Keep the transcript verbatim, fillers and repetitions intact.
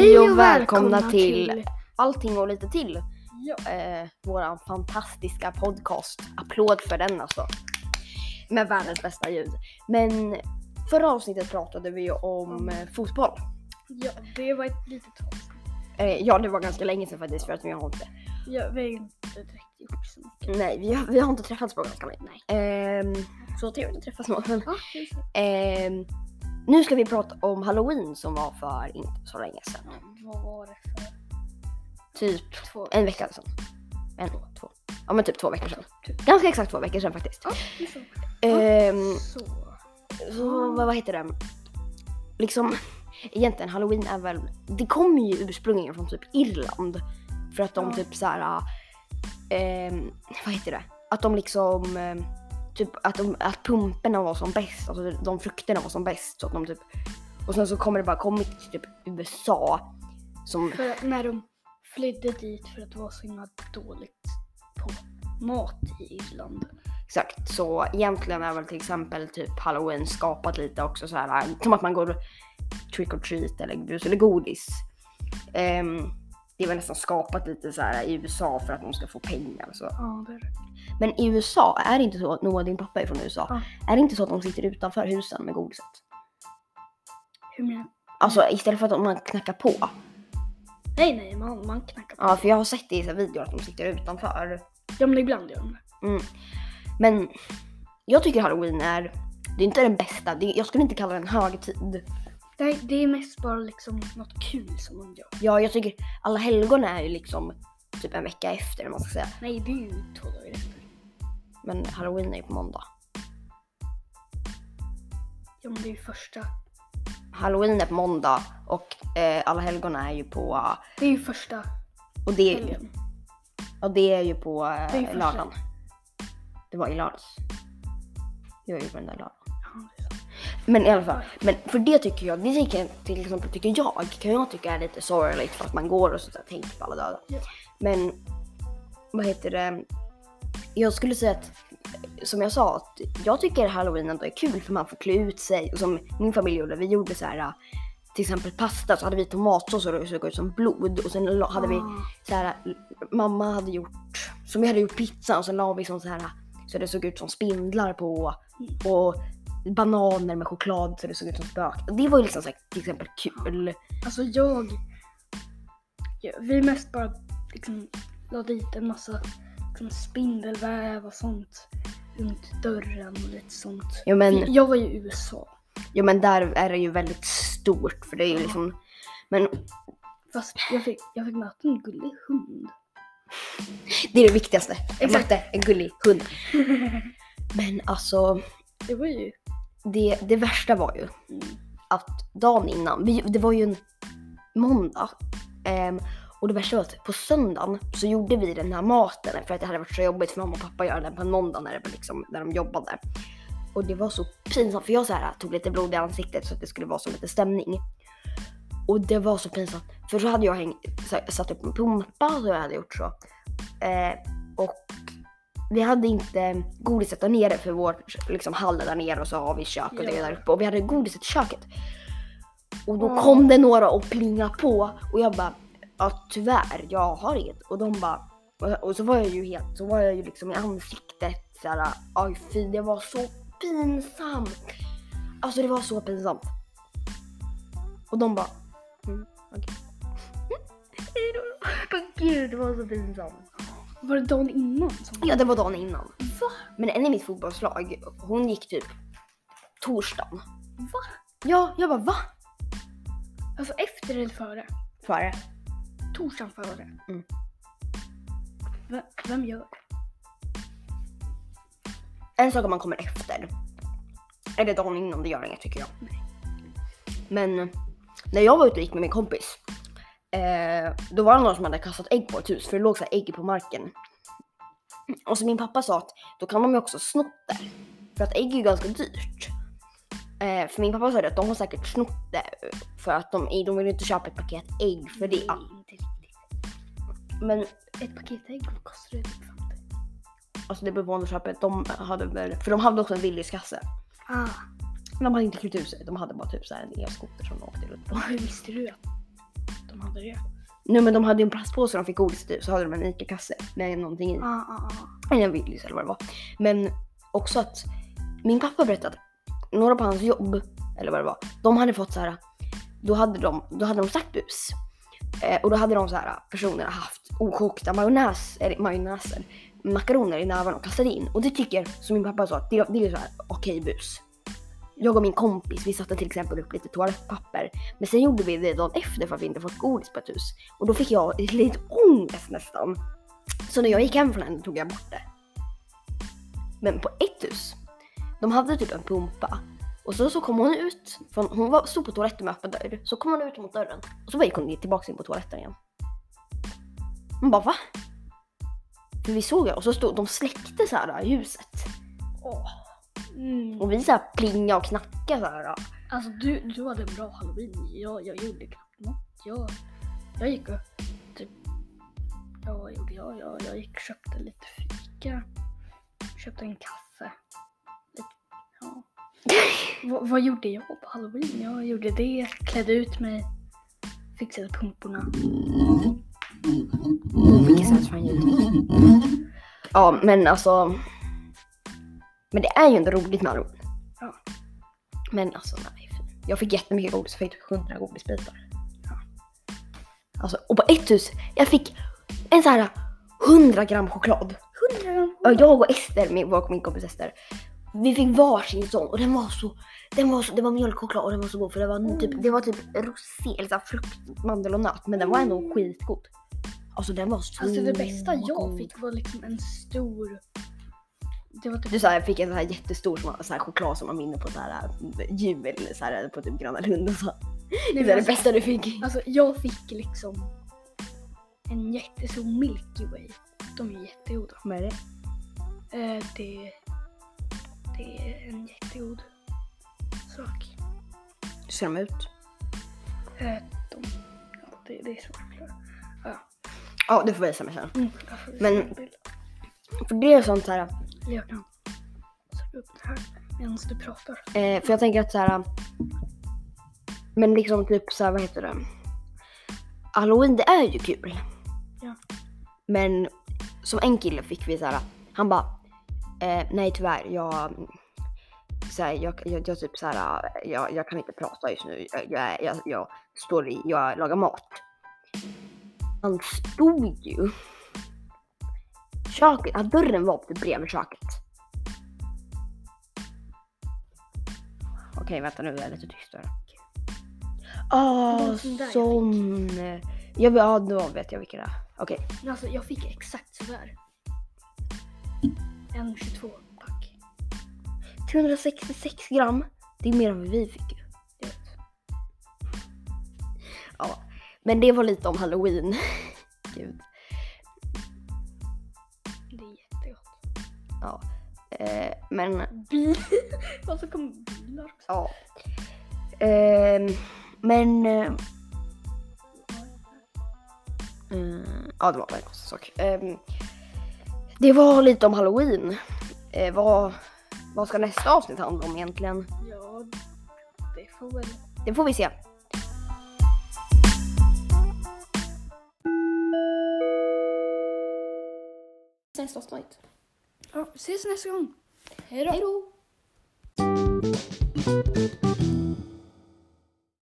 Hej och välkomna till Allting och lite till. Ja. Eh, våran fantastiska podcast. Applåd för den alltså. Med världens bästa ljud. Men förra avsnittet pratade vi om eh, fotboll. Ja, det var ett litet tag sedan. Eh, ja, det var ganska länge sedan faktiskt för att vi har inte. Ja, vi har inte direkt gjort så mycket. Nej, vi har, vi har inte träffats på ganska länge. Eh, så trevligt att träffas någon. Ja, Eh, nu ska vi prata om Halloween som var för inte så länge sedan. ja, vad var det för Typ två? en vecka sedan. En, två. Ja men typ två veckor sedan. Ganska exakt två veckor sedan faktiskt. Ja, det är så. Ehm, Så. så vad, vad heter det? Liksom, egentligen Halloween är väl, det kommer ju ursprungligen från typ Irland. För att de Ja. typ såhär, ehm, vad heter det? Att de liksom, ehm, typ att, de, att pumperna var som bäst. Alltså de frukterna var som bäst. Så att de typ, och sen så kommer det bara kommit till typ U S A. Som, För att när de flydde dit för att det var så himla dåligt på mat i Irland. exakt, så egentligen är väl till exempel typ Halloween skapat lite också så här, som att man går trick or treat eller bus eller godis. Um, det är väl nästan skapat lite så här i U S A för att de ska få pengar så. Ja, det är det. Men i U S A är det inte så att Noah, din pappa är från U S A. Ja. Är det inte så att de sitter utanför husen med godiset? Hur menar Alltså istället för att man knackar på. Nej, nej, man, man knackar på. Ja, för jag har sett det i så här videor att de sitter utanför. Ja, men ibland gör de det. Mm. Men jag tycker Halloween är, det är inte den bästa. Det, jag skulle inte kalla det en högtid. Det, det är mest bara liksom något kul som man gör. Ja, jag tycker alla helgon är ju liksom typ en vecka efter, man ska säga. Nej, det är ju två dagar efter. Men Halloween är ju på måndag. Ja, men det är ju första. Halloween är på måndag och eh, alla helgon är ju på, Det är ju första och det, helgen. och det är ju på Det är ju eh, första. lördagen. Det var i lördags. Jag är ju på den där lördagen. Ja, det är så. Men i alla fall, men för det tycker jag, det tycker, till exempel tycker jag, kan jag tycka är lite sorgligt för att man går och så där, tänker på alla döda. Ja. Men vad heter det? Jag skulle säga att, som jag sa, att jag tycker Halloween ändå är kul för man får klä ut sig. Och som min familj gjorde, vi gjorde så här, till exempel pasta, så hade vi tomatsås och det såg ut som blod. Och sen la- hade vi så här, mamma hade gjort, som vi hade gjort pizza och sen la vi som så här, så det såg ut som spindlar på. Och bananer med choklad så det såg ut som spök. Det var ju liksom så här, till exempel kul. Alltså jag, ja, vi mest bara liksom la dit en massa liksom, spindelväv och sånt runt dörren och lite sånt. Jo men, Jag var ju i U S A. jo men där är det ju väldigt stort för det är ju liksom, men Fast jag fick, jag fick möta en gullig hund. det är det viktigaste. Jag Exakt. mötte en gullig hund. Men alltså, Det var ju... det, det värsta var ju Mm. att dagen innan, vi, det var ju en måndag. ehm, och det värsta var att på söndagen så gjorde vi den här maten för att det hade varit så jobbigt för mamma och pappa göra den på en måndag när, det var liksom, när de jobbade. Och det var så pinsamt för jag så här, tog lite blod i ansiktet så att det skulle vara så lite stämning. Och det var så pinsamt för så hade jag häng, så, satt upp en pumpa så jag hade gjort så. Eh, och vi hade inte godiset där nere för vår liksom, hall där nere och så har vi kök och det Ja. där uppe. Och vi hade godiset i köket. Och då Mm. kom det några och plinga på och jag bara, ja tyvärr, jag har inget. Och de bara, och, och så var jag ju helt, så var jag ju liksom i ansiktet såhär, aj fy, det var så pinsamt. Alltså det var så pinsamt. Och de bara, mm, okej. Men gud, det var så pinsamt. Var det dagen innan? Som... Ja, det var dagen innan. Va? Men en i mitt fotbollslag, hon gick typ torsdagen. Va? Ja, jag bara, va? Alltså efter eller före? Före. Torsdagen före? Mm. V- vem gör det? En sak om man kommer efter. Eller dagen innan, det gör inget tycker jag. Nej. Men när jag var ute och gick med min kompis, eh, då var det någon som hade kastat ägg på ett hus. För det låg så här ägg på marken. Och så min pappa sa att då kan de ju också snott där. För att ägg är ju ganska dyrt. Eh, för min pappa sa att de har säkert snott det. För att de, de vill inte köpa ett paket ägg för det. Nej, inte riktigt. Men Ett paket ägg kostar det typ femtio. alltså det beror på om de köper. De hade väl, för de hade också en Willys-kasse. Ah, De hade inte klippt ut sig. De hade bara typ så här en e-skoter som de åkte runt på. hur visste du att de hade det. Nu men de hade ju en plastpåse de fick godis i, så hade de en Ica-kasse med någonting i. Ah, ah, ah. Eller en Willys eller vad det var. Men också att min pappa berättade att några på hans jobb, eller vad det var, de hade fått så här, då hade de, då hade de sagt bus. Eh, och då hade de så här personerna haft okokta majonnäs, eller majonnäser, makaroner i näven och kastat in. Och det tycker, som min pappa sa, att det, det är så här okej bus. Jag och min kompis, vi satte till exempel upp lite toalettpapper. Men sen gjorde vi det dagen efter för att vi inte fått godis på ett hus. Och då fick jag lite ångest nästan. Så när jag gick hem från henne tog jag bort det. Men på ett hus, de hade typ en pumpa. Och så, så kom hon ut, från, hon var, stod på toaletten med öppen dörr. Så kom hon ut mot dörren. Och så bara gick hon tillbaka in på toaletten igen. Man bara, va? För vi såg det och så stod de släckte så här ljuset. Åh. Mm. Och vi så här plinga och knacka så här. Alltså du, du hade en bra halloween. Jag, jag gjorde knappt något. Jag, jag gick och typ, ja, vad gjorde jag? Jag, jag gick och köpte lite fika. Köpte en kaffe. Lite, ja. V- vad gjorde jag på halloween? Jag gjorde det, klädde ut mig, fixade pumporna. Vilket sätt fan ljud. Ja, men alltså. Men det är ju ändå roligt med halloween. Ja. Men alltså nej. Jag fick jättemycket godis, jag fick hundra godisbitar. Ja. Alltså, och på ett hus, jag fick en så här hundra gram choklad. hundra gram. Och jag och Ester, min, vår, min kompis Ester, vi fick varsin sån och den var så, den var så, det var mjölkchoklad och den var så god för det var mm. typ, det var typ rosé, eller så här frukt, mandel och nöt, men den var ändå skitgod. Alltså den var så Alltså det bästa jag god. fick var liksom en stor. Det var typ. Du sa jag fick en så här jättestor som, så här choklad som man vinner på så här jul så här på typ Gröna Lund och så. Det är det alltså, bästa du fick. Alltså jag fick liksom en jättestor Milky Way. De är jättegoda. Vad är det? Eh, det, det är en jättegod sak. Hur ser de ut? Eh, de, ja, det, det är svårt att förklara. Ja. Ja, du får visa mig sen. Mm, jag får Men- se en bild. För det är sånt så här. Jag kan sätta upp det här medan du pratar. Eh, för jag tänker att så här. Men liksom typ så här, vad heter det? Halloween, det är ju kul. Ja. Men som en kille fick vi så här. Han bara, eh, nej tyvärr, jag, så här, jag, jag, jag typ så här, jag, jag kan inte prata just nu. Jag, jag, jag, jag står i, jag lagar mat. Han stod ju. Köket, ja, dörren var typ bredvid köket. Okej, vänta nu är jag lite tystare. Ah, Det var en sån där jag sån. Jag, ja, då vet jag vilka det är. Okej. Alltså jag fick exakt sådär. En tjugotvå pack. trehundrasextiosex gram. Det är mer än vad vi fick ju. Jag vet. Ja, men det var lite om Halloween. Gud. Det är jättegott. Ja. Eh, men Bil. Och så kom bilar också. ja. Eh, men eh, mm, ja, det var bara en konstig sak. Eh, det var lite om Halloween. Eh, vad, vad ska nästa avsnitt handla om egentligen? Ja, det får väl. Det får vi se. Nästa avsnitt. Ja, ses nästa gång. Hej då. Hej då.